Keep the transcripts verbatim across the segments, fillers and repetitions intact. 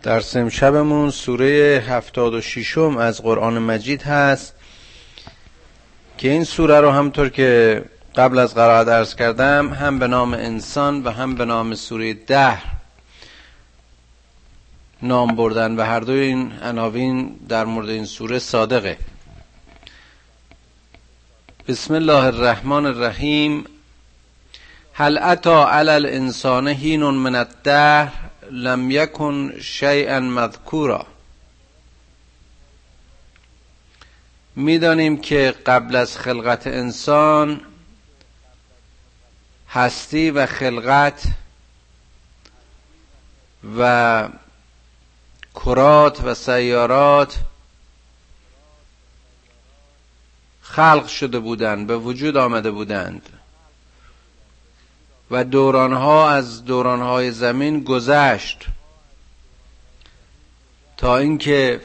درس امشبمون سوره هفتاد و ششم از قرآن مجید هست که این سوره رو همطور که قبل از قرائت عرض کردم هم به نام انسان و هم به نام سوره دهر نام بردن و هر دوی این عناوین در مورد این سوره صادقه. بسم الله الرحمن الرحیم. هل اتی علی الانسان حین من الدهر لم یکن شیئا مذکورا. میدانیم که قبل از خلقت انسان هستی و خلقت و کرات و سیارات خلق شده بودند، به وجود آمده بودند و دورانها از دورانهای زمین گذشت تا اینکه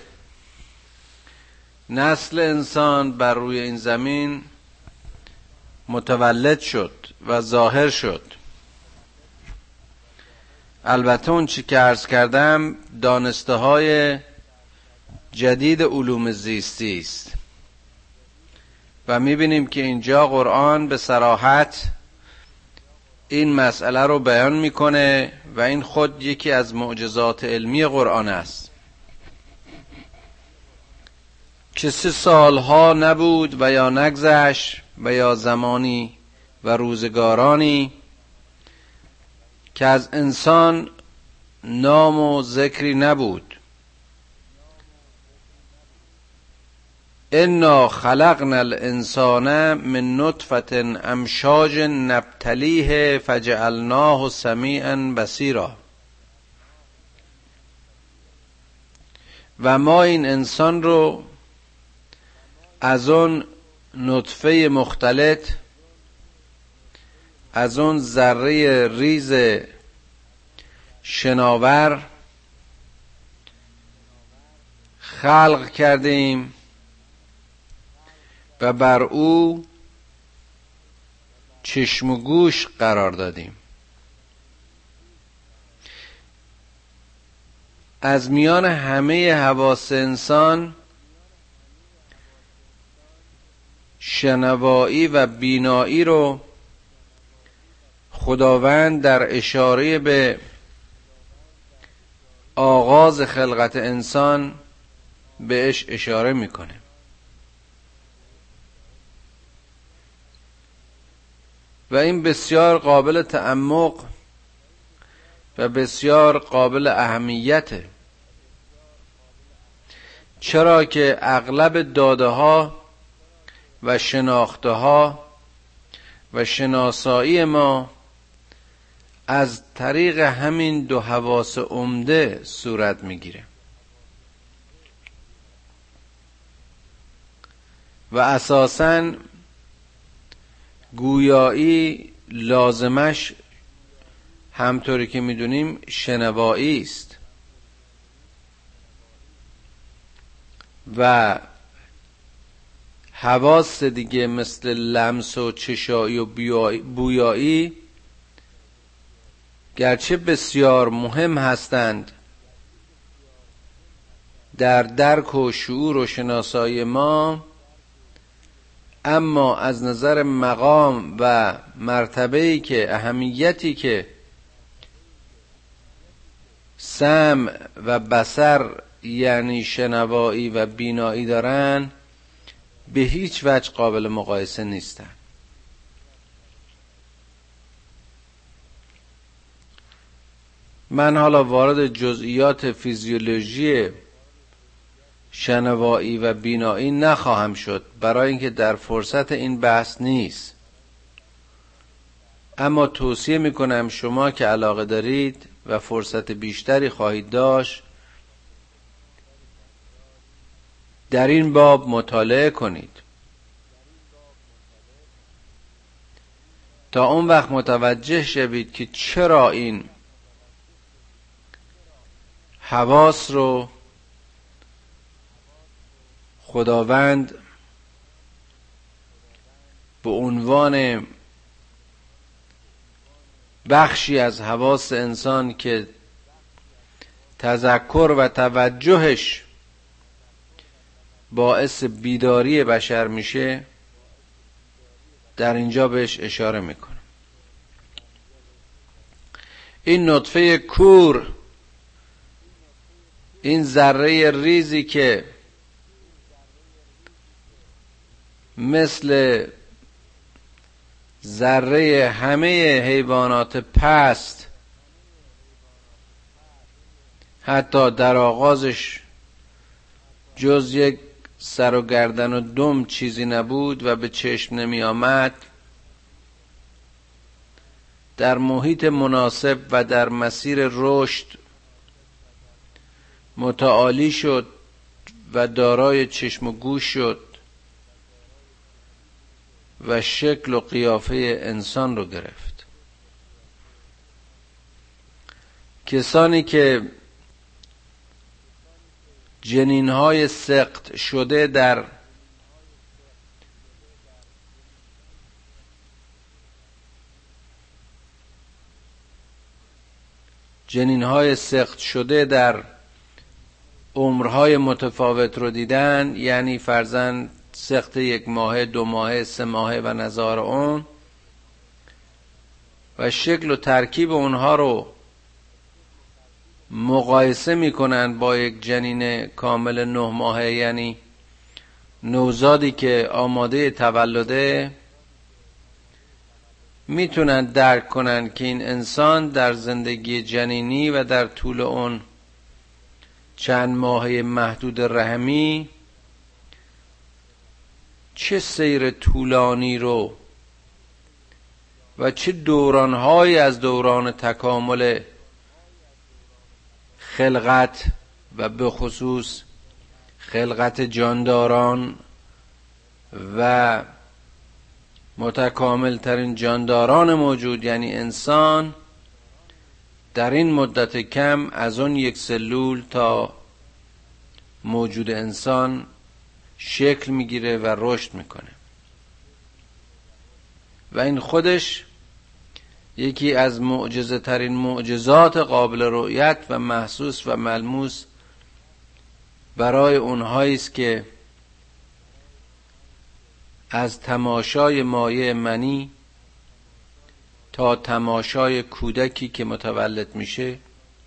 نسل انسان بر روی این زمین متولد شد و ظاهر شد. البته اون چی که عرض کردم دانسته های جدید علوم زیستی است و میبینیم که اینجا قرآن به صراحت این مسئله رو بیان میکنه و این خود یکی از معجزات علمی قرآن است که سه سالها نبود و یا نگذشت و یا زمانی و روزگارانی که از انسان نام و ذکری نبود. انا خلقنا الانسان من نطفة امشاج نبتلیه فجعلناه سمیعا بصیرا. و ما این انسان رو از اون نطفه مختلط، از اون ذره ریز شناور خلق کردیم و بر او چشم و گوش قرار دادیم. از میان همه حواس انسان شنوایی و بینایی رو خداوند در اشاره به آغاز خلقت انسان بهش اشاره میکنه. و این بسیار قابل تعمق و بسیار قابل اهمیته، چرا که اغلب داده ها و شناخته ها و شناسایی ما از طریق همین دو حواس عمده صورت میگیره و اساساً گویایی لازمش همطوری که میدونیم شنوایی است و حواس دیگه مثل لمس و چشایی و بویایی گرچه بسیار مهم هستند در درک و شعور و شناسایی ما، اما از نظر مقام و مرتبه‌ای که اهمیتی که سمع و بصر یعنی شنوایی و بینایی دارن به هیچ وجه قابل مقایسه نیستن. من حالا وارد جزئیات فیزیولوژی شنوایی و بینایی نخواهم شد برای اینکه در فرصت این بحث نیست، اما توصیه میکنم شما که علاقه دارید و فرصت بیشتری خواهید داشت در این باب مطالعه کنید تا اون وقت متوجه شوید که چرا این حواس رو خداوند به عنوان بخشی از حواس انسان که تذکر و توجهش باعث بیداری بشر میشه، در اینجا بهش اشاره میکنه. این نطفه کور، این ذره ریزی که مثل ذره همه حیوانات پست، حتی در آغازش جز یک سر و گردن و دم چیزی نبود و به چشم نمی آمد، در محیط مناسب و در مسیر رشد متعالی شد و دارای چشم و گوش شد و شکل و قیافه انسان رو گرفت. کسانی که جنین‌های سقط شده در جنین‌های سقط شده در عمرهای متفاوت رو دیدن، یعنی فرضاً سقط یک ماهه، دو ماهه، سه ماهه و نظار اون، و شکل و ترکیب اونها رو مقایسه میکنن با یک جنین کامل نه ماهه، یعنی نوزادی که آماده تولده، میتونن درک کنن که این انسان در زندگی جنینی و در طول اون چند ماهه محدود رحمی چه سیر طولانی رو و چه دورانهایی از دوران تکامل خلقت و به خصوص خلقت جانداران و متکامل ترین جانداران موجود یعنی انسان، در این مدت کم از اون یک سلول تا موجود انسان شکل میگیره و رشد میکنه. و این خودش یکی از معجزه ترین معجزات قابل رؤیت و محسوس و ملموس برای اونهایی است که از تماشای مایع منی تا تماشای کودکی که متولد میشه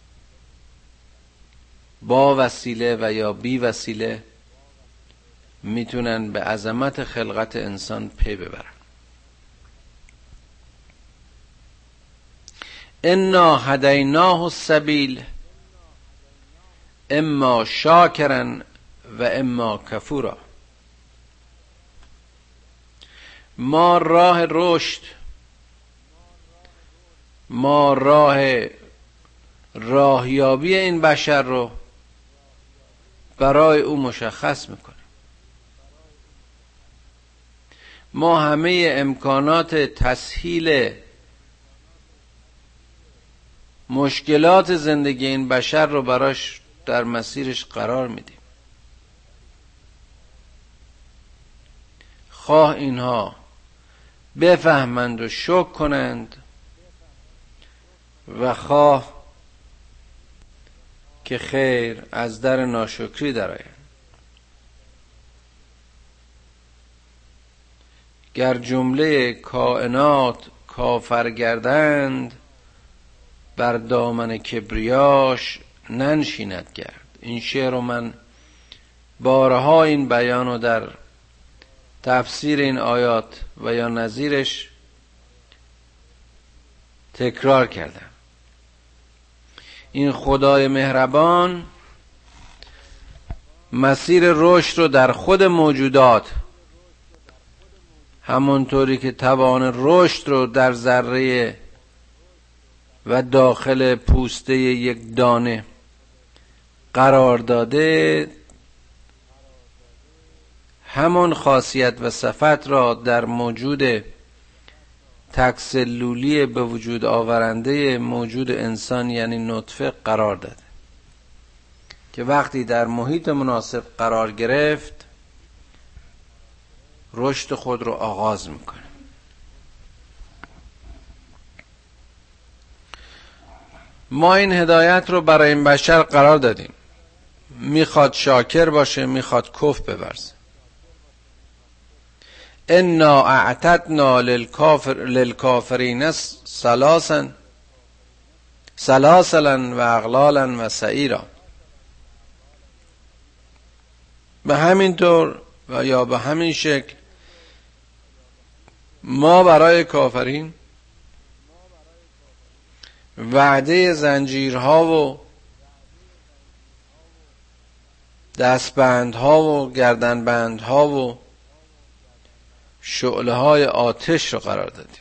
با وسیله و یا بی وسیله میتونن به عظمت خلقت انسان پی ببرن. انا هدیناه السبیل اما شاکرا و اما کفورا. ما راه رشد، ما راه راهیابی این بشر رو برای او مشخص میکنیم. ما همه امکانات تسهیل مشکلات زندگی این بشر رو براش در مسیرش قرار میدیم، خواه اینها بفهمند و شکر کنند و خواه که خیر از در ناشکری درآیند. گر جمله کائنات کافر گردند، بر دامن کبریاش ننشیند گرد. این شعر رو من بارها این بیان رو در تفسیر این آیات و یا نظیرش تکرار کردم. این خدای مهربان مسیر رشد رو در خود موجودات، همونطوری که توان رشد رو در ذره و داخل پوسته یک دانه قرار داده، همان خاصیت و صفت را در موجود تکسلولی به وجود آورنده موجود انسان یعنی نطفه قرار داده که وقتی در محیط مناسب قرار گرفت رشد خود رو آغاز میکنه. ما این هدایت رو برای این بشر قرار دادیم، میخواد شاکر باشه میخواد کفر بورزه. انا اعتدنا للکافر للکافرین سلاسا سلاسلا و اغلالا و سعیرا. به همین طور و یا به همین شکل ما برای کافرین وعده زنجیرها و دستبندها و گردنبندها و شعله های آتش رو قرار دادیم.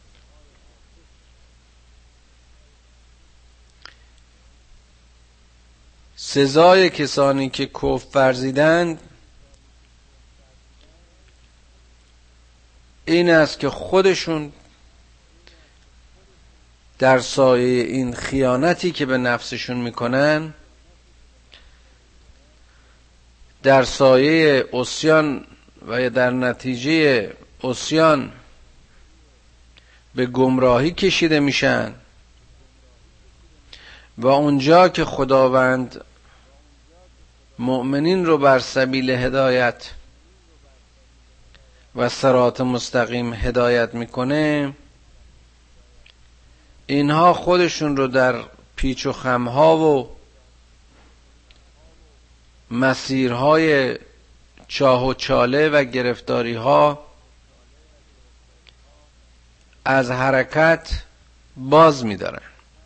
سزای کسانی که کفر ورزیدند این است که خودشون در سایه این خیانتی که به نفسشون میکنن، در سایه عصیان و در نتیجه عصیان به گمراهی کشیده میشن و اونجا که خداوند مؤمنین رو بر سبیل هدایت و صراط مستقیم هدایت میکنه، اینها خودشون رو در پیچ و خمها و مسیرهای چاه و چاله و گرفتاری ها از حرکت باز می‌دارن.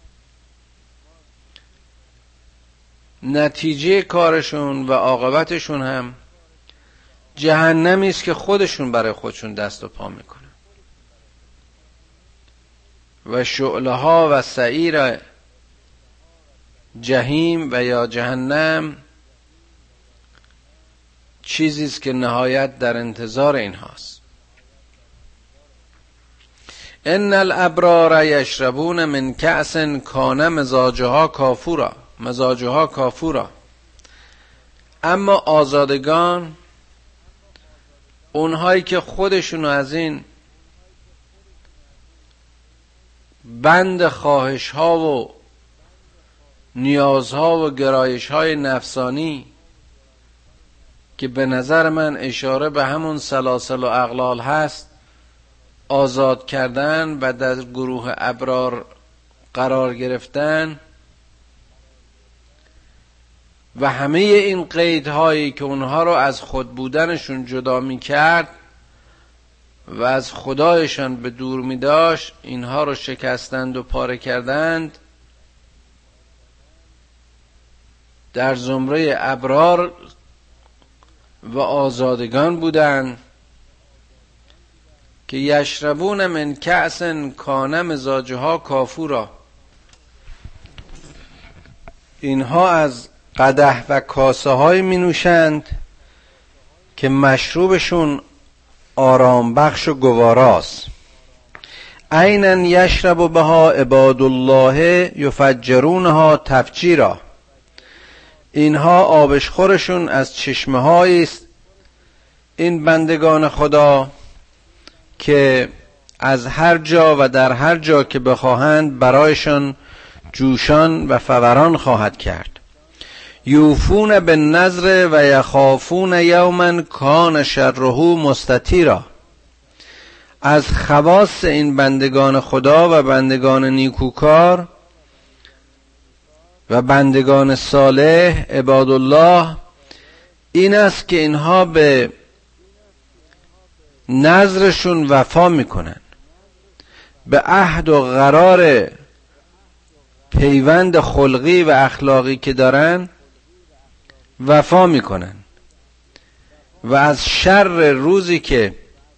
نتیجه کارشون و عاقبتشون هم جهنمی است که خودشون برای خودشون دست و پا میکنن و شعله ها و سعیر جهیم و یا جهنم چیزی است که نهایت در انتظار اینهاست. ان الابرار یشربون من کأس کان مزاجها کافورا مزاجها کافورا. اما آزادگان، اونهایی که خودشونو از این بند خواهش ها و نیازها و گرایش های نفسانی که به نظر من اشاره به همون سلاسل و اغلال هست آزاد کردن و در گروه ابرار قرار گرفتن و همه این قیدهایی که اونها رو از خود بودنشون جدا می کرد و از خدایشان به دور می داشت، اینها رو شکستند و پاره کردند، در زمره ابرار و آزادگان بودند که یشربون من کأس کان مزاجها کافورا. اینها از قدح و کاسه های می نوشند که مشروبشون آرام بخش و گواراست. عینا یشرب بها عباد الله یفجرونها تفجیرا. اینها آبشخورشون از چشمه هایی است این بندگان خدا که از هر جا و در هر جا که بخواهند برایشان جوشان و فوران خواهد کرد. یوفون بالنذر و یخافون یوما کان شره مستطیرا. از خواص این بندگان خدا و بندگان نیکوکار و بندگان صالح عباد الله این است که اینها به نذرشون وفا میکنن، به عهد و قرار پیوند خلقی و اخلاقی که دارن وفا میکنن و از شر روزی که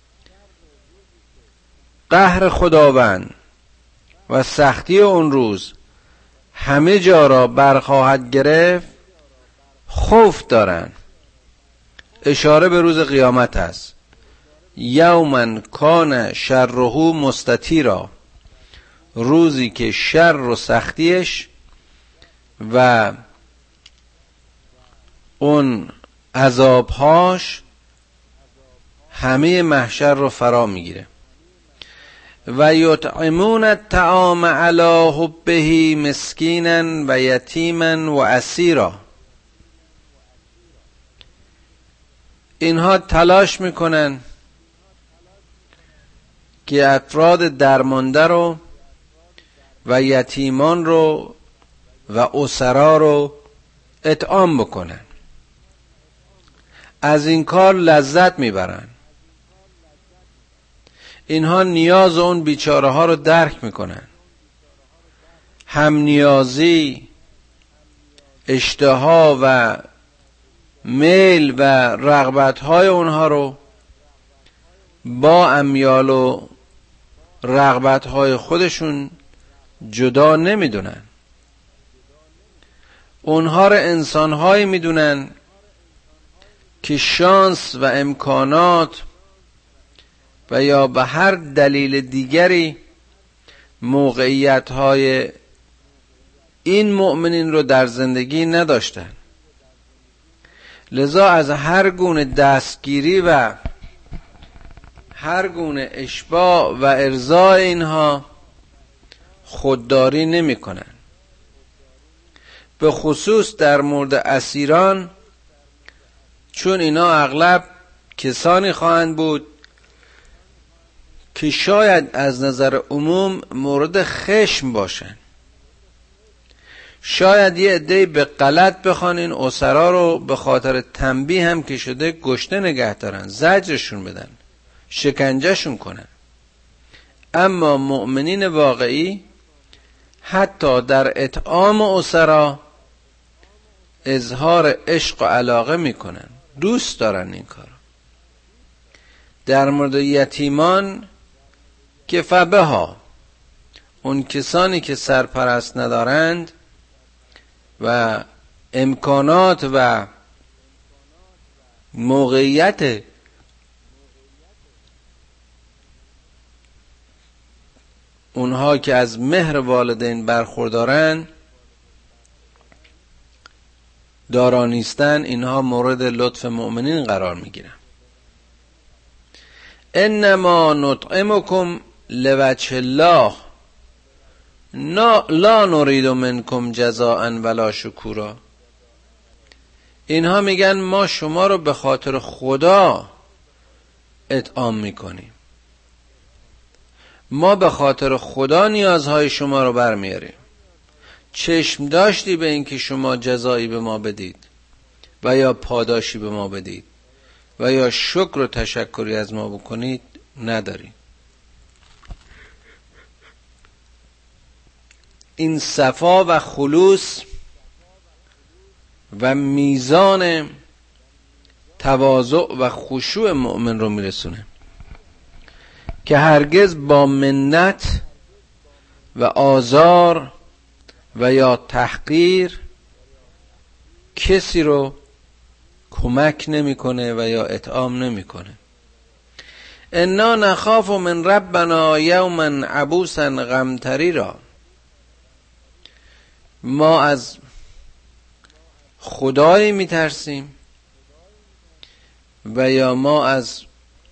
قهر خداوند و سختی اون روز همه جا را برخواهد گرفت خوف دارن. اشاره به روز قیامت است. یوما کان شره مستطیرا، روزی که شر و سختیش و اون عذابهاش همه محشر رو فرا میگیره. و یطعمون الطعام علی حبه مسکینا و یتیما و اسیرا. اینها تلاش میکنن که افراد درمانده رو و یتیمان رو و اسرا رو اطعام بکنن. از این کار لذت میبرن. اینها نیاز اون بیچاره ها رو درک میکنن. هم نیازی، اشتها و میل و رغبت های اونها رو با امیال و رغبت های خودشون جدا نمیدونن. اونها رو انسان هایی میدونن که شانس و امکانات و یا به هر دلیل دیگری موقعیت های این مؤمنین رو در زندگی نداشتن. لذا از هر گونه دستگیری و هر گونه اشباع و ارضاء اینها خودداری نمی کنن. به خصوص در مورد اسیران، چون اینا اغلب کسانی خواهند بود که شاید از نظر عموم مورد خشم باشن. شاید یه عده‌ای به غلط بخوان این اسرا رو به خاطر تنبیه هم که شده گشنه نگه دارن، زجرشون بدن، شکنجهشون کنن. اما مؤمنین واقعی حتی در اطعام اسرا اظهار عشق و علاقه میکنن، دوست دارن این کار. در مورد یتیمان که فبه ها، اون کسانی که سرپرست ندارند و امکانات و موقعیت اونها که از مهر والدین برخوردارن دارا نیستن، اینها مورد لطف مؤمنین قرار میگیرن. انما نطعمکم لوجه الله لا نرید منکم جزاء ولا شکورا. اینها میگن ما شما رو به خاطر خدا اطعام میکنیم، ما به خاطر خدا نیازهای شما رو برمیاریم. چشم داشتی به این که شما جزایی به ما بدید و یا پاداشی به ما بدید و یا شکر و تشکری از ما بکنید نداریم. این صفا و خلوص و میزان تواضع و خشوع مؤمن رو میرسونه که هرگز با منت و آزار و یا تحقیر کسی رو کمک نمیکنه و یا اطعام نمیکنه. انا نخاف من ربنا یوما عبوسا قمطریرا. ما از خدایی میترسیم و یا ما از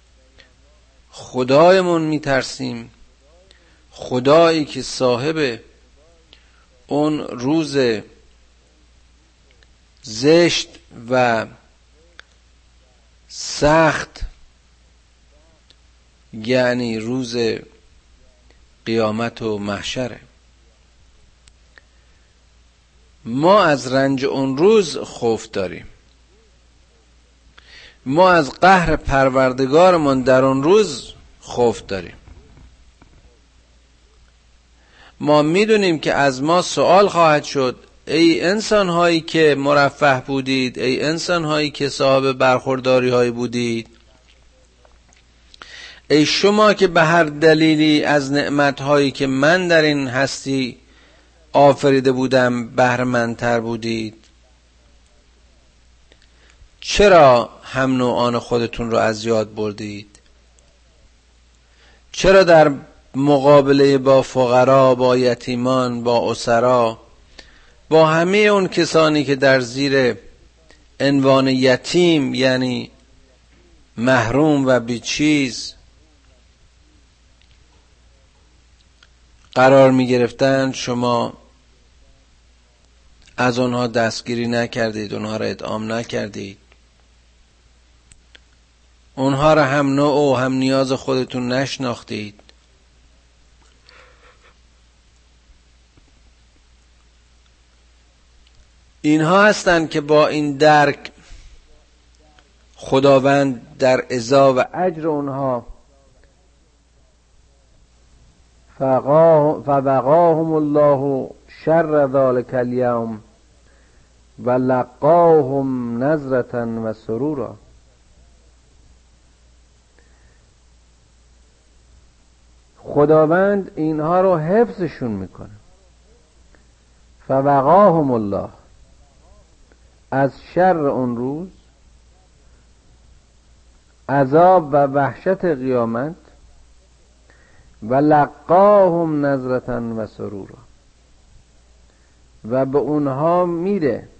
خدایمون میترسیم، خدایی که صاحب اون روز زشت و سخت، یعنی روز قیامت و محشره. ما از رنج اون روز خوف داریم. ما از قهر پروردگارمون در اون روز خوف داریم. ما میدونیم که از ما سوال خواهد شد: ای انسان هایی که مرفه بودید، ای انسان هایی که صاحب برخورداری هایی بودید، ای شما که به هر دلیلی از نعمت هایی که من در این هستی آفریده بودم بهره‌مندتر بودید، چرا هم نوعان خودتون رو از یاد بردید؟ چرا در مقابله با فقرا، با یتیمان، با اسرا، با همه اون کسانی که در زیر عنوان یتیم یعنی محروم و بیچیز قرار می گرفتن شما از اونها دستگیری نکردید، اونها را اطعام نکردید، اونها را هم نوع و هم نیاز خودتون نشناختید. اینها هستند که با این درک خداوند در عزا و اجر اونها فوقاهم الله شر ذلک الیوم و لقاهم نظرة و سرورا. خداوند اینها رو حفظشون میکنه. فوقاهم الله، از شر اون روز، عذاب و وحشت قیامت، و لقاهم نظرة و سرورا، و به اونها میره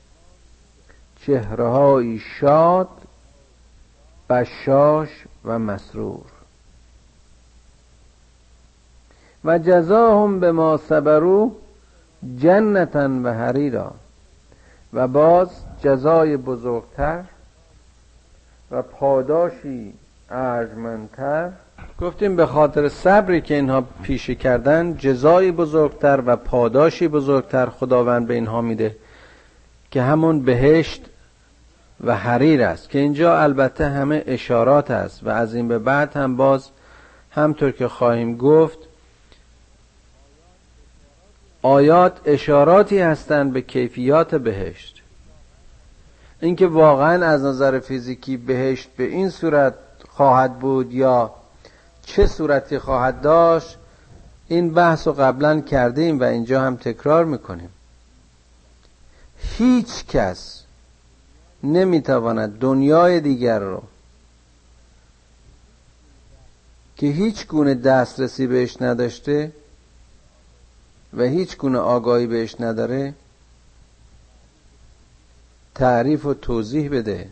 چهره‌های شاد، بشاش و مسرور. و جزاهم بما صبروا جنة و حریرا، و باز جزای بزرگتر و پاداشی ارجمندتر. گفتیم به خاطر صبری که اینها پیشه کردن جزای بزرگتر و پاداشی بزرگتر خداوند به اینها میده که همون بهشت و حریر است، که اینجا البته همه اشارات است و از این به بعد هم باز همطور که خواهیم گفت آیات اشاراتی هستند به کیفیات بهشت. اینکه واقعا از نظر فیزیکی بهشت به این صورت خواهد بود یا چه صورتی خواهد داشت، این بحث رو قبلا کردیم و اینجا هم تکرار میکنیم. هیچ کس نمیتواند دنیای دیگر رو که هیچ گونه دسترسی بهش نداشته و هیچ گونه آگاهی بهش نداره تعریف و توضیح بده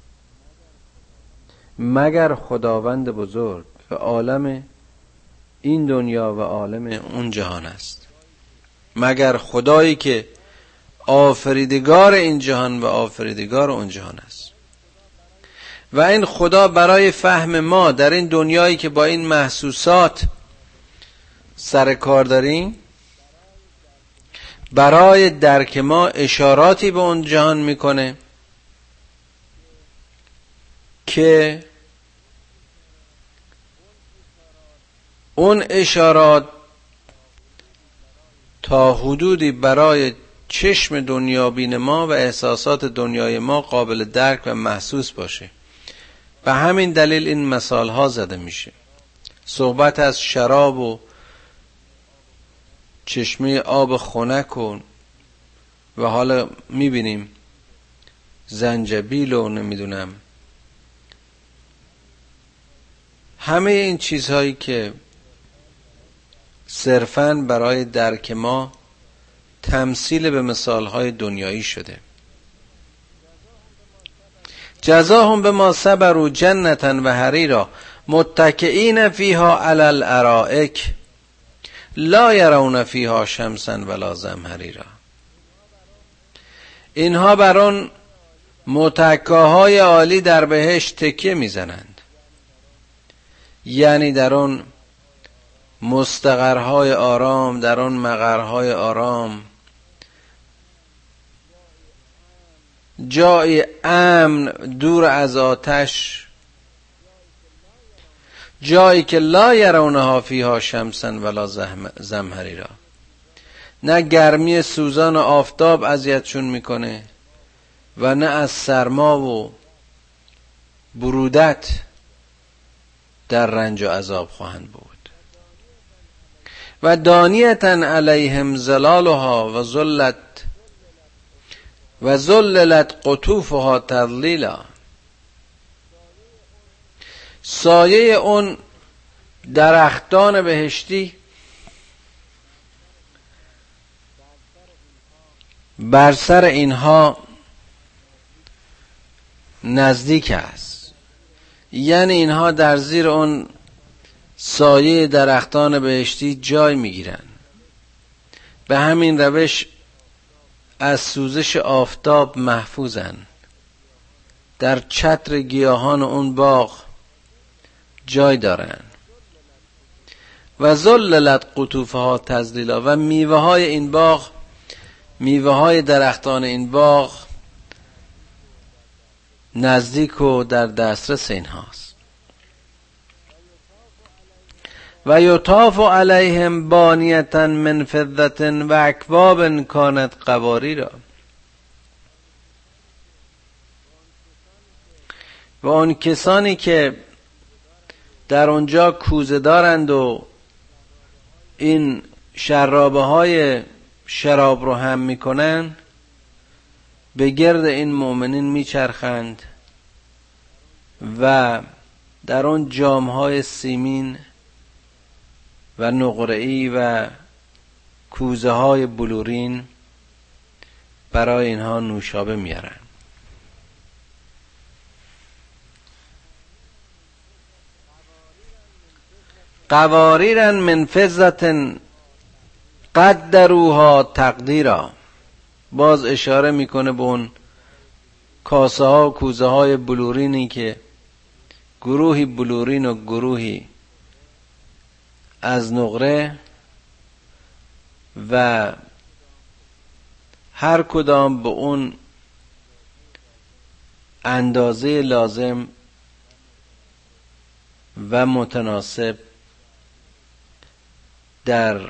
مگر خداوند بزرگ و عالم این دنیا و عالم اون جهان است، مگر خدایی که آفریدگار این جهان و آفریدگار اون جهان است. و این خدا برای فهم ما در این دنیایی که با این محسوسات سر کار داریم، برای درک ما اشاراتی به اون جهان میکنه که اون اشارات تا حدودی برای چشم دنیابین ما و احساسات دنیای ما قابل درک و محسوس باشه. به همین دلیل این مثال ها زده میشه. صحبت از شراب و چشمه آب خنک و و حالا میبینیم زنجبیل و نمیدونم همه این چیزهایی که صرفاً برای درک ما تمثیل به مثالهای دنیایی شده. جزاهم بما صبروا جنة و حریرا متکئین فیها علی الارائک لا یرون فیها شمسا ولا زمهریرا. اینها بر آن متکاهای عالی در بهشت تکیه میزنند، یعنی در آن مستقرهای آرام، در آن مقرهای آرام، جای امن دور از آتش، جایی که لا یرونها فیها شمسا ولا زمهریرا، نه گرمی سوزان و آفتاب اذیتشون میکنه و نه از سرما و برودت در رنج و عذاب خواهند بود. و دانیتن علیهم ظلالها و ذلت و ذللت قطوفها تذلیلا. سایه اون درختان بهشتی بر سر اینها نزدیک است، یعنی اینها در زیر اون سایه درختان بهشتی جای میگیرن. به همین روش از سوزش آفتاب محفوظن. در چتر گیاهان اون باغ جای دارن. و ذللت قطوفها تذلیلا، و میوه های این باغ، میوه های درختان این باغ نزدیک و در دسترس این هاست. و یطاف علیهم بانیة من فضة و اکواب کانت قواریرا، و اون کسانی که در اونجا کوزه دارند و این شرابه های شراب رو هم میکنن، به گرد این مؤمنین میچرخند و در اون جامهای سیمین و نقره‌ای و کوزه های بلورین برای اینها نوشابه میارن. قواریرا من فضة قدروها تقدیرا، باز اشاره میکنه به اون کاسه ها و کوزه های بلورینی که گروهی بلورین و گروهی از نقره و هر کدام به اون اندازه لازم و متناسب در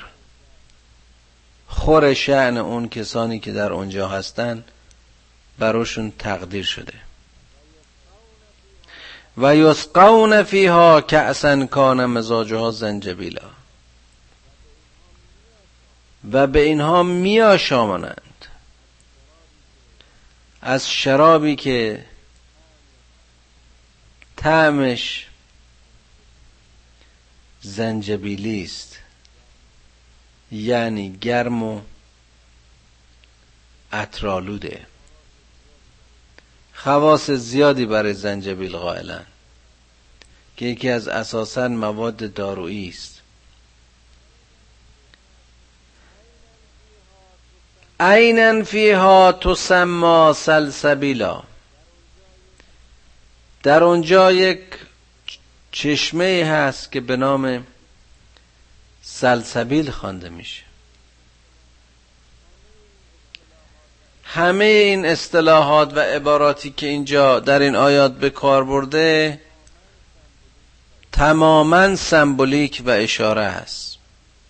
خور شأن اون کسانی که در اونجا هستن براشون تقدیر شده. و یسقون فیها کأسا کان مزاجها زنجبیلا، و به اینها میآشامانند از شرابی که طعمش زنجبیلی است، یعنی گرم و عطرآلوده. خواص زیادی برای زنجبیل قائلن که یکی از اساساً مواد دارویی است. عینا فیها تسمی سلسبیلا، در اونجا یک چشمه هست که به نام سلسبیل خوانده میشه. همه این اصطلاحات و عباراتی که اینجا در این آیات به کار برده تماما سمبولیک و اشاره است.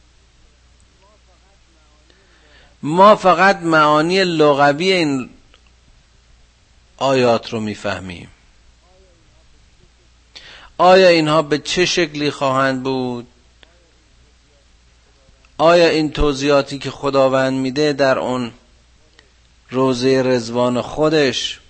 ما فقط معانی لغوی این آیات رو میفهمیم. آیا اینها به چه شکلی خواهند بود؟ آیا این توضیحاتی که خداوند میده در اون روضه رضوان خودش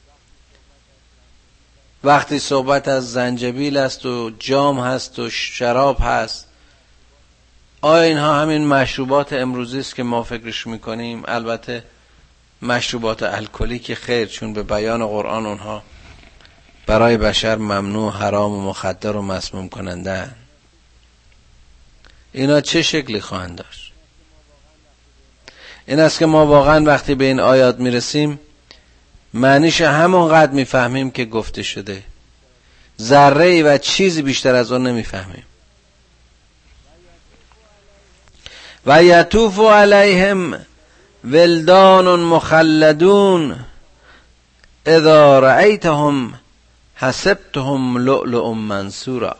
وقتی صحبت از زنجبیل است و جام هست و شراب هست، آیا اینها همین مشروبات امروزی است که ما فکرش میکنیم؟ البته مشروبات الکلی که خیر، چون به بیان قرآن اونها برای بشر ممنوع، حرام و مخدر و مسموم کننده. اینا چه شکلی خواهند داشت؟ این است که ما واقعا وقتی به این آیات میرسیم معنیش همون قدر میفهمیم که گفته شده، ذره و چیزی بیشتر از اون نمیفهمیم. و یطوف علیهم ولدان مخلدون اذا رأیتهم حسبتهم لؤلؤ منثورا،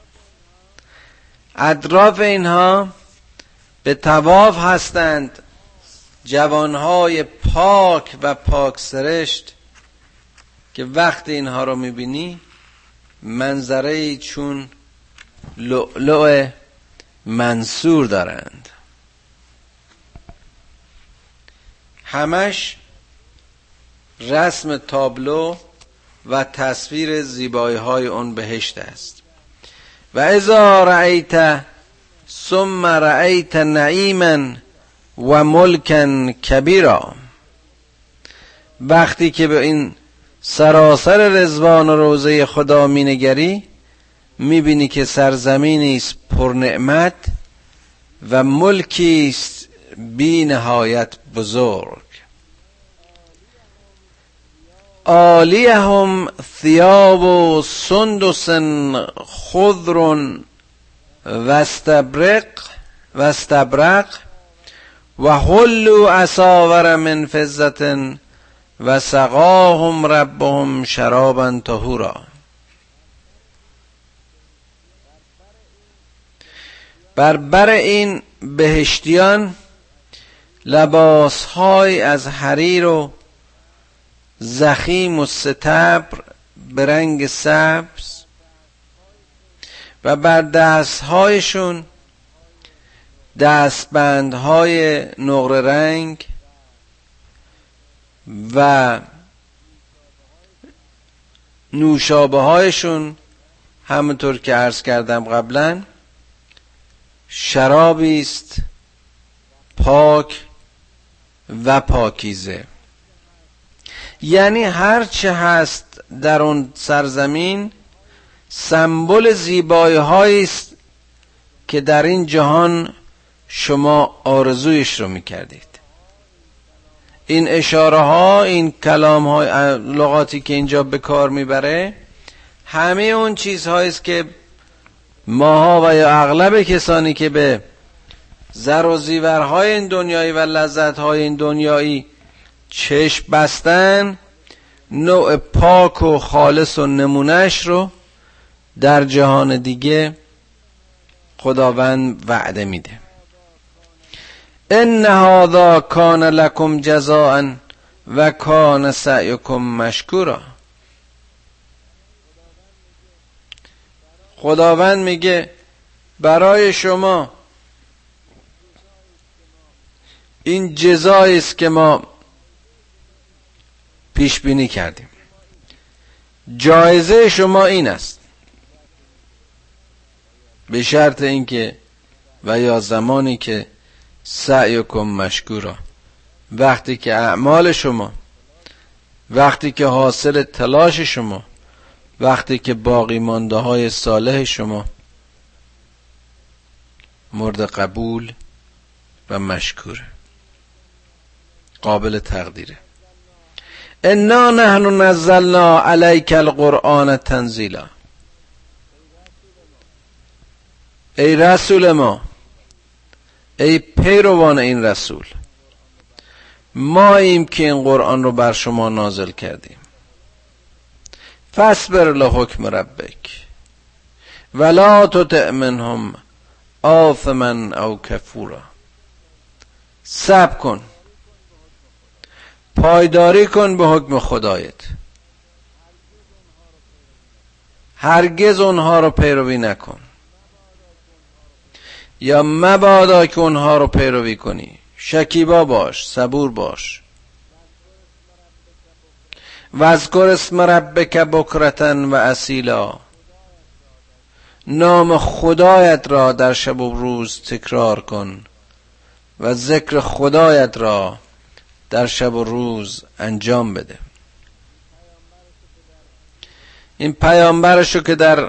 اطراف اینها به طواف هستند جوانهای پاک و پاک سرشت که وقتی اینها رو میبینی منظره چون لؤلؤ منثور دارند. همش رسم تابلو و تصویر زیبایی های اون بهشت است. و اذا رأیت ثم رأیت نعیما و ملکا کبیرا، وقتی که به این سراسر رضوان و روضه خدا می نگری میبینی که سرزمینی است پر نعمت و ملکی است بی نهایت بزرگ. عالیهم ثیاب سندس خضر و استبرق و استبرق و حلوا اساور من فضة و سقاهم ربهم شرابا طهورا. بر بر این بهشتیان لباسهای از حریر و زخیم و ستبر به رنگ سبز و بر دستهایشون دستبندهای نقره رنگ و نوشابه هایشون همونطور که عرض کردم قبلا شرابی است پاک و پاکیزه. یعنی هر چه هست در اون سرزمین سمبل زیبایی هایی است که در این جهان شما آرزویش رو میکردید. این اشاره ها، این کلام ها، لغاتی که اینجا به کار میبره همه اون چیزهایی است که ماها و یا اغلب کسانی که به زر و زیورهای این دنیایی و لذتهای این دنیایی چشم بستن، نوع پاک و خالص و نمونهش رو در جهان دیگه خداوند وعده میده. ان هذا کان لکم جزاء و کان سعیکم مشکورا. خداوند میگه برای شما این جزایی است که ما پیش بینی کردیم. جایزه شما این است، به شرط اینکه و یا زمانی که سعیکم مشکورا، وقتی که اعمال شما، وقتی که حاصل تلاش شما، وقتی که باقی مانده های صالح شما مورد قبول و مشکوره، قابل تقدیره. انا نحن نزلنا علیک القرآن تنزیلا. ای رسول ما، ای پیروان این رسول، ما ایم که این قرآن رو بر شما نازل کردیم. فاصبر لحکم ربک ولا تطع منهم آثما او کفورا. صبر کن، پایداری کن به حکم خدایت، هرگز اونها رو پیروی نکن یا مبادا که اونها رو پیروی کنی. شکیبا باش، صبور باش. واذکر اسم ربک بکرة و اصیلا. نام خدایت را در شب و روز تکرار کن و ذکر خدایت را در شب و روز انجام بده. این پیامبرشو که در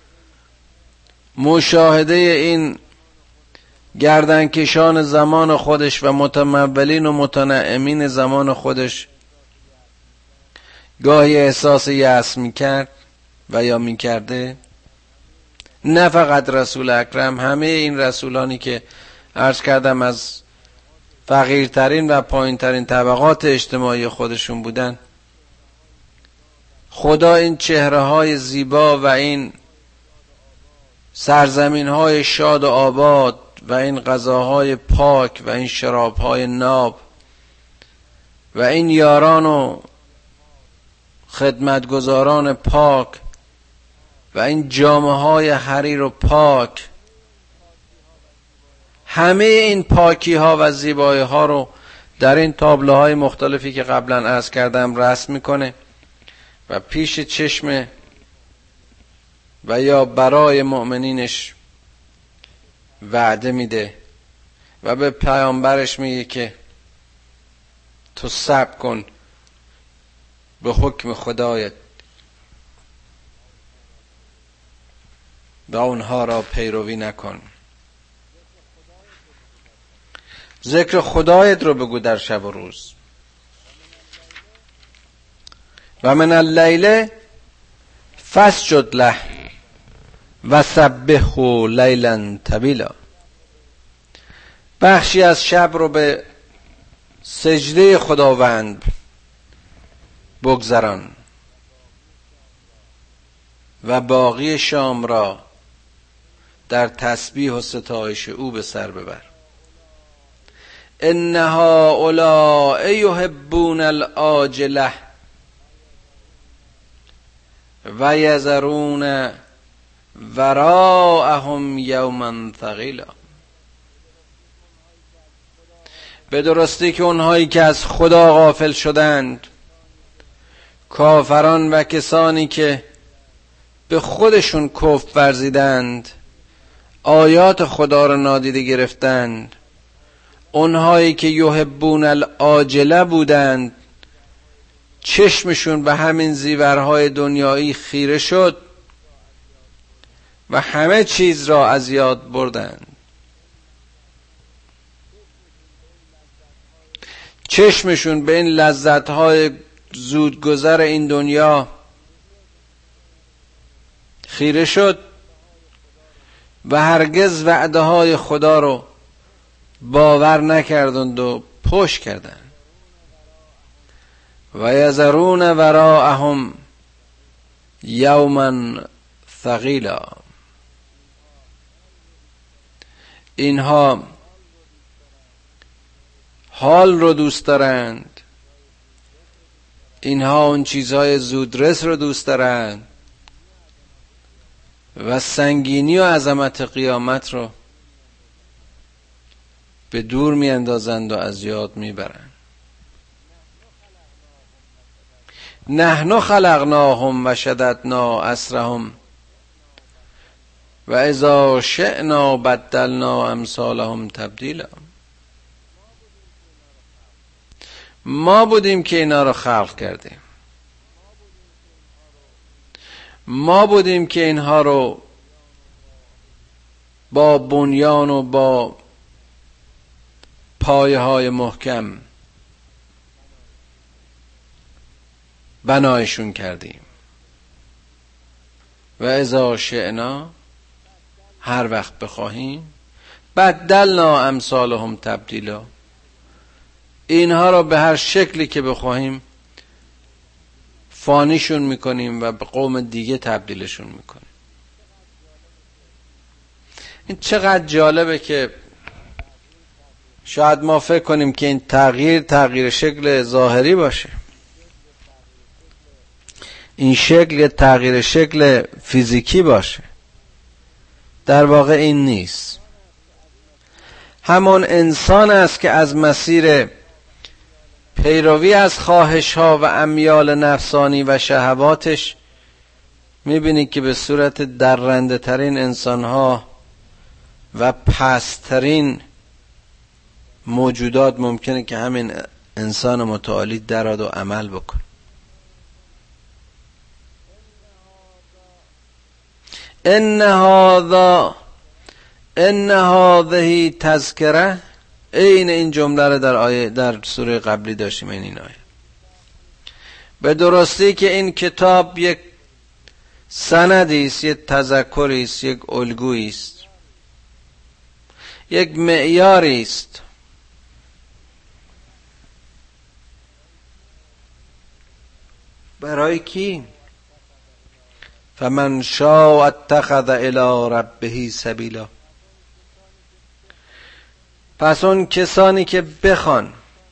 مشاهده این گردنکشان زمان خودش و متمولین و متنعمین زمان خودش گاهی احساس یأس میکرد و یا میکرده، نه فقط رسول اکرم، همه این رسولانی که عرض کردم از فقیرترین و پایینترین طبقات اجتماعی خودشون بودن، خدا این چهره های زیبا و این سرزمین های شاد و آباد و این غذاهای پاک و این شرابهای ناب و این یاران و خدمتگزاران پاک و این جامه های حریر و پاک، همه این پاکی ها و زیبایی ها رو در این تابلوهای مختلفی که قبلا عرض کردم رسم میکنه و پیش چشم و یا برای مؤمنینش وعده میده و به پیامبرش میگه که تو صبر کن به حکم خدایت. و اونها را پیروی نکن. ذکر خدایت رو بگو در شب و روز. و من اللیل فاسجد له و سبحه لیلا طویلا. بخشی از شب رو به سجده خداوند بگذران و باقی شام را در تسبیح و ستایش او به سر ببر. ان هؤلاء یحبون العاجله و یذرون وراءهم یوما ثقیلا. به درستی که اونهایی که از خدا غافل شدند، کافران و کسانی که به خودشون کفر ورزیدند، آیات خدا را نادیده گرفتند، اونهایی که یحبون العاجله بودند، چشمشون به همین زیورهای دنیایی خیره شد و همه چیز را از یاد بردند. چشمشون به این لذتهای زودگذر این دنیا خیره شد و هرگز وعده های خدا رو باور نکردند و پشت کردند. و یذرون وراءهم یوما ثقیلا. اینها حال رو دوست دارند، اینها اون چیزهای زودرس رو دوست دارند و سنگینی و عظمت قیامت رو به دور می اندازند و از یاد می برند. نحن خلقناهم و شددنا اسرهم و اذا شئنا بدلنا امثالهم تبدیلا. ما بودیم که اینا رو خلق کردیم، ما بودیم که اینها رو با بنیان و با پایه های محکم بنایشون کردیم. و اذا شئنا، هر وقت بخواهیم، بدلنا امثالهم تبدیلا، اینها را به هر شکلی که بخواهیم فانیشون میکنیم و به قوم دیگه تبدیلشون میکنیم. این چقدر جالبه که شاید ما فکر کنیم که این تغییر تغییر شکل ظاهری باشه، این شکل تغییر شکل فیزیکی باشه. در واقع این نیست. همان انسان است که از مسیر پیروی از خواهش ها و امیال نفسانی و شهواتش میبینی که به صورت درنده ترین انسان ها و پسترین موجودات ممکنه که همین انسان متعالی دراد و عمل بکن. ان هذا ان هذه تذکره، این این جمله رو در آیه در سوره قبلی داشتیم. این این آیه به درستی که این کتاب یک سندی است، یک تذکری است، یک الگویی است، یک معیاری است برای کی؟ فمن شاء اتخذ الی ربه سبیلا. پس اون کسانی که بخوان،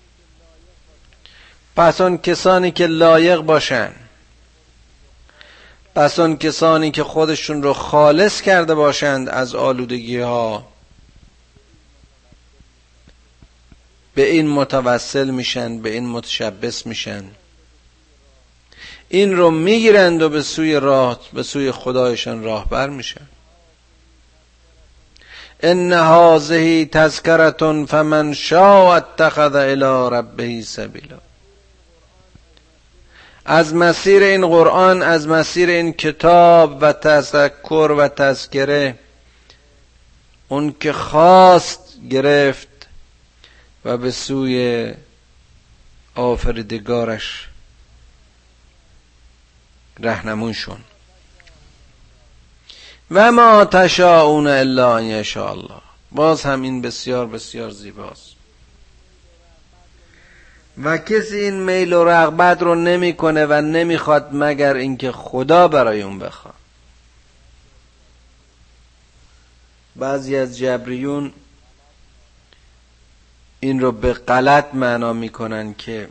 پس اون کسانی که لایق باشن، پس اون کسانی که خودشون رو خالص کرده باشند از آلودگی ها، به این متوسل میشن، به این متشبث میشن، این رو میگیرند و به سوی راه، به سوی خدایشان راهبر میشن. ان هذه تذکرة فمن شاء اتخذ الی ربه سبیلا. از مسیر این قرآن، از مسیر این کتاب و تذکر و تذکره، اون که خواست گرفت و به سوی آفریدگارش رهنمون شون. و ما تشاءون الا ان یشاء الله. باز هم این بسیار بسیار زیباست. و کسی این میل و رغبت رو نمیکنه و نمیخواد مگر اینکه خدا برای اون بخواد. بعضی از جبریون این رو به غلط معنا میکنن که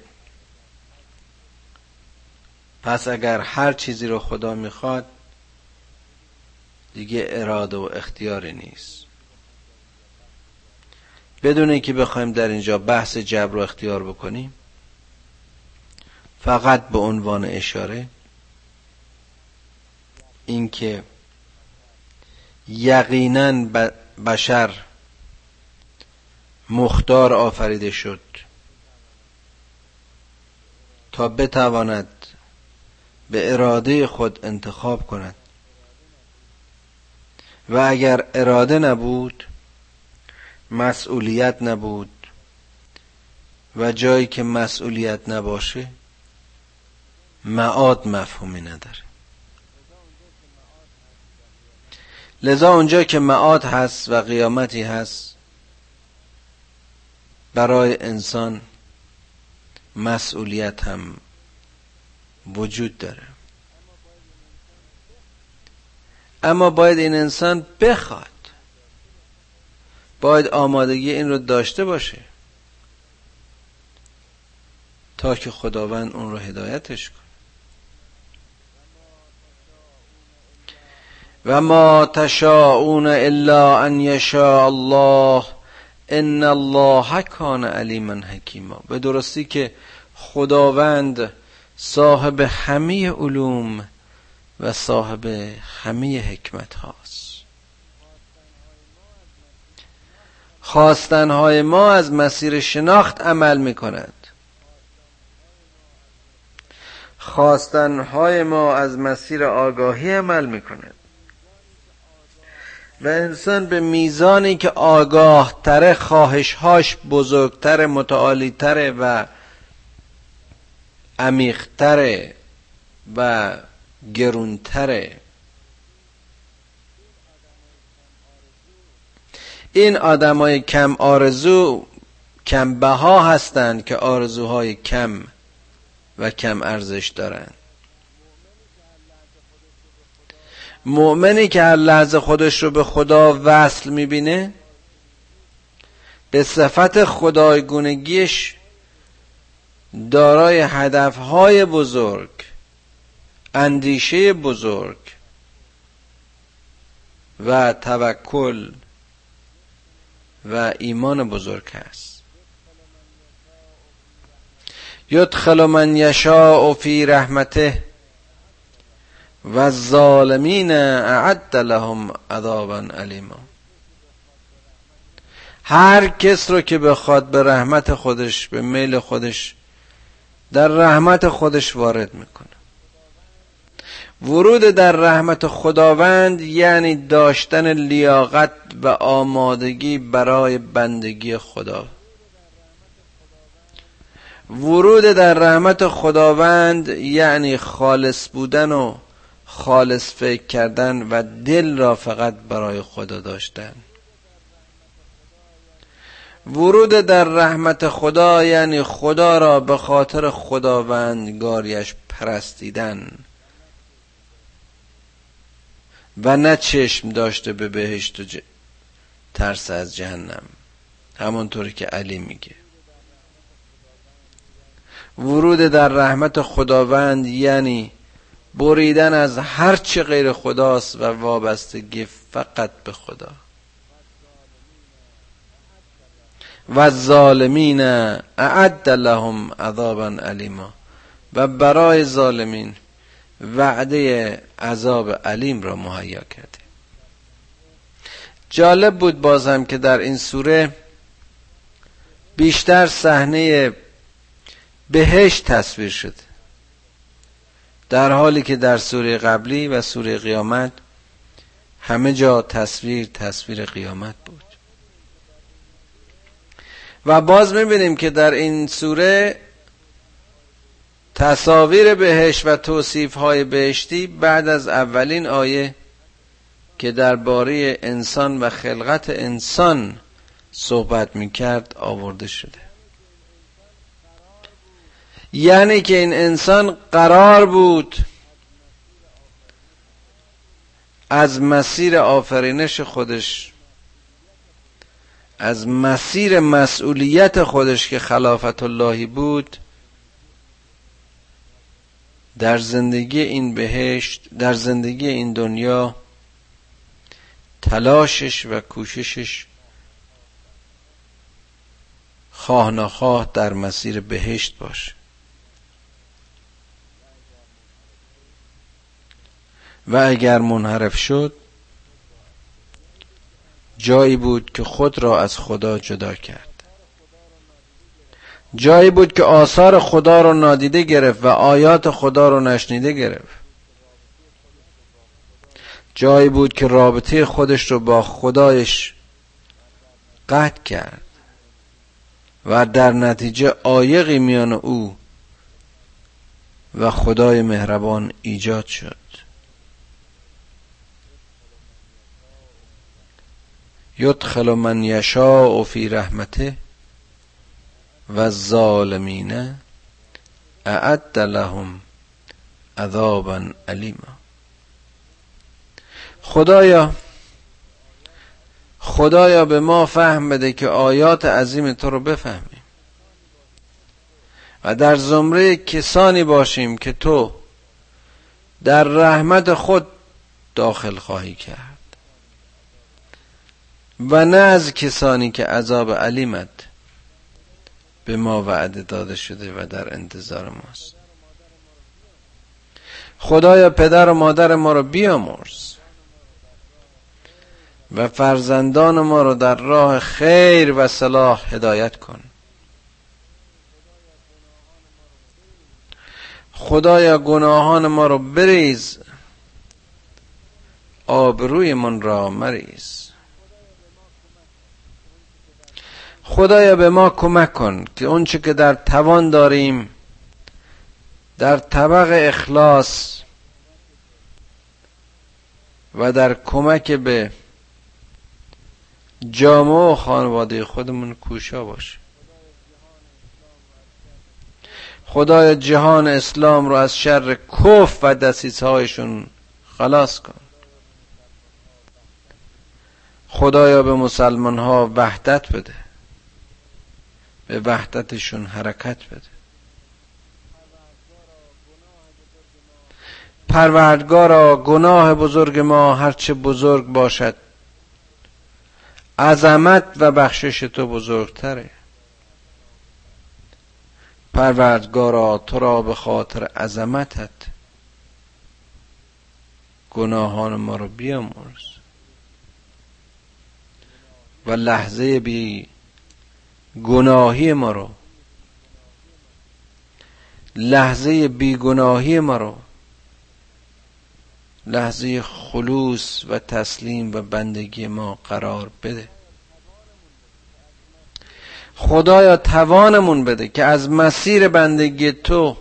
پس اگر هر چیزی رو خدا میخواد دیگه اراده و اختیاری نیست. بدون اینکه بخوایم در اینجا بحث جبر و اختیار بکنیم، فقط به عنوان اشاره اینکه یقیناً بشر مختار آفریده شد تا بتواند به اراده خود انتخاب کند و اگر اراده نبود مسئولیت نبود و جایی که مسئولیت نباشه معاد مفهومی نداره. لذا اونجا که معاد هست و قیامتی هست برای انسان مسئولیت هم وجود داره، اما باید این انسان بخواد، باید آمادگی این رو داشته باشه تا که خداوند اون رو هدایتش کنه. و ما تشاءون الا ان یشاء الله ان الله کان علیما حکیما. به درستی که خداوند صاحب همه علوم و صاحب همه حکمت هاست. خواستنهای ما از مسیر شناخت عمل می کند، خواستنهای ما از مسیر آگاهی عمل می کند و انسان به میزانی که آگاه تره خواهشهاش بزرگتره، متعالیتره و عمیقتره و گرونتره. این آدمای کم آرزو کم بها هستند که آرزوهای کم و کم ارزش دارند. مؤمنی که هر لحظه خودش رو به خدا وصل میبینه به صفت خدایگونگیش دارای هدفهای بزرگ، اندیشه بزرگ و توکل و ایمان بزرگ است. یدخل من یشاء فی رحمته و الظالمین اعد لهم عذابا الیما. هر کس رو که بخواد به رحمت خودش، به میل خودش، در رحمت خودش وارد میکنه. ورود در رحمت خداوند یعنی داشتن لیاقت و آمادگی برای بندگی خدا. ورود در رحمت خداوند یعنی خالص بودن و خالص فکر کردن و دل را فقط برای خدا داشتن. ورود در رحمت خدا یعنی خدا را به خاطر خداوندگاریش پرستیدن و نه چشم داشته به بهشت و ج... ترس از جهنم، همونطوری که علی میگه. ورود در رحمت خداوند یعنی بریدن از هر چه غیر خداست و وابستگی فقط به خدا. و الظالمین اعد لهم عذابا الیما. و برای ظالمین وعده عذاب علیم را مهیا کرده. جالب بود بازم که در این سوره بیشتر صحنه بهشت تصویر شده. در حالی که در سوره قبلی و سوره قیامت همه جا تصویر تصویر قیامت بود. و باز میبینیم که در این سوره تصاویر بهشت و توصیف‌های بهشتی بعد از اولین آیه که درباره انسان و خلقت انسان صحبت میکرد آورده شده. یعنی که این انسان قرار بود از مسیر آفرینش خودش، از مسیر مسئولیت خودش که خلافت اللهی بود، در زندگی این بهشت، در زندگی این دنیا تلاشش و کوششش خواه نخواه در مسیر بهشت باشه. و اگر منحرف شد جایی بود که خود را از خدا جدا کرد، جایی بود که آثار خدا را نادیده گرفت و آیات خدا را نشنیده گرفت، جایی بود که رابطه خودش رو با خدایش قطع کرد و در نتیجه عایقی میان او و خدای مهربان ایجاد شد. یدخل من یشاء فی رحمته و الظالمین اعد لهم عذابا الیما. خدایا خدایا به ما فهم بده که آیات عظیم تو رو بفهمیم و در زمره کسانی باشیم که تو در رحمت خود داخل خواهی کرد و نه از کسانی که عذاب علیمت به ما وعده داده شده و در انتظار ماست. خدایا پدر و مادر ما رو بیامرز و فرزندان ما رو در راه خیر و صلاح هدایت کن. خدایا گناهان ما رو بریز، آبروی من را مریز. خدایا به ما کمک کن که اونچه که در توان داریم در طبق اخلاص و در کمک به جامعه و خانواده خودمون کوشا باشه. خدایا جهان اسلام رو از شر کفر و دسیسه‌هایشون خلاص کن. خدایا به مسلمان ها وحدت بده، به وحدتشون حرکت بده. پروردگارا گناه بزرگ ما هرچه بزرگ باشد عظمت و بخشش تو بزرگتره. پروردگارا تو را به خاطر عظمتت گناهان ما رو بیامرز و لحظه بی گناهی ما رو لحظه بی گناهی ما رو لحظه خلوص و تسلیم و بندگی ما قرار بده. خدایا توانمون بده که از مسیر بندگی تو،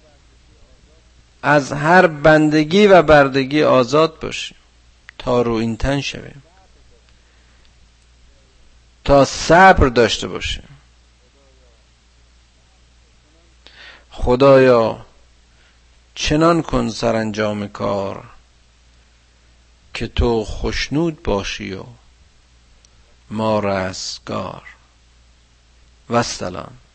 از هر بندگی و بردگی آزاد باشیم تا رو این تن شویم، تا صبر داشته باشیم. خدایا چنان کن سرانجام کار که تو خوشنود باشی و ما رستگار. و السلام.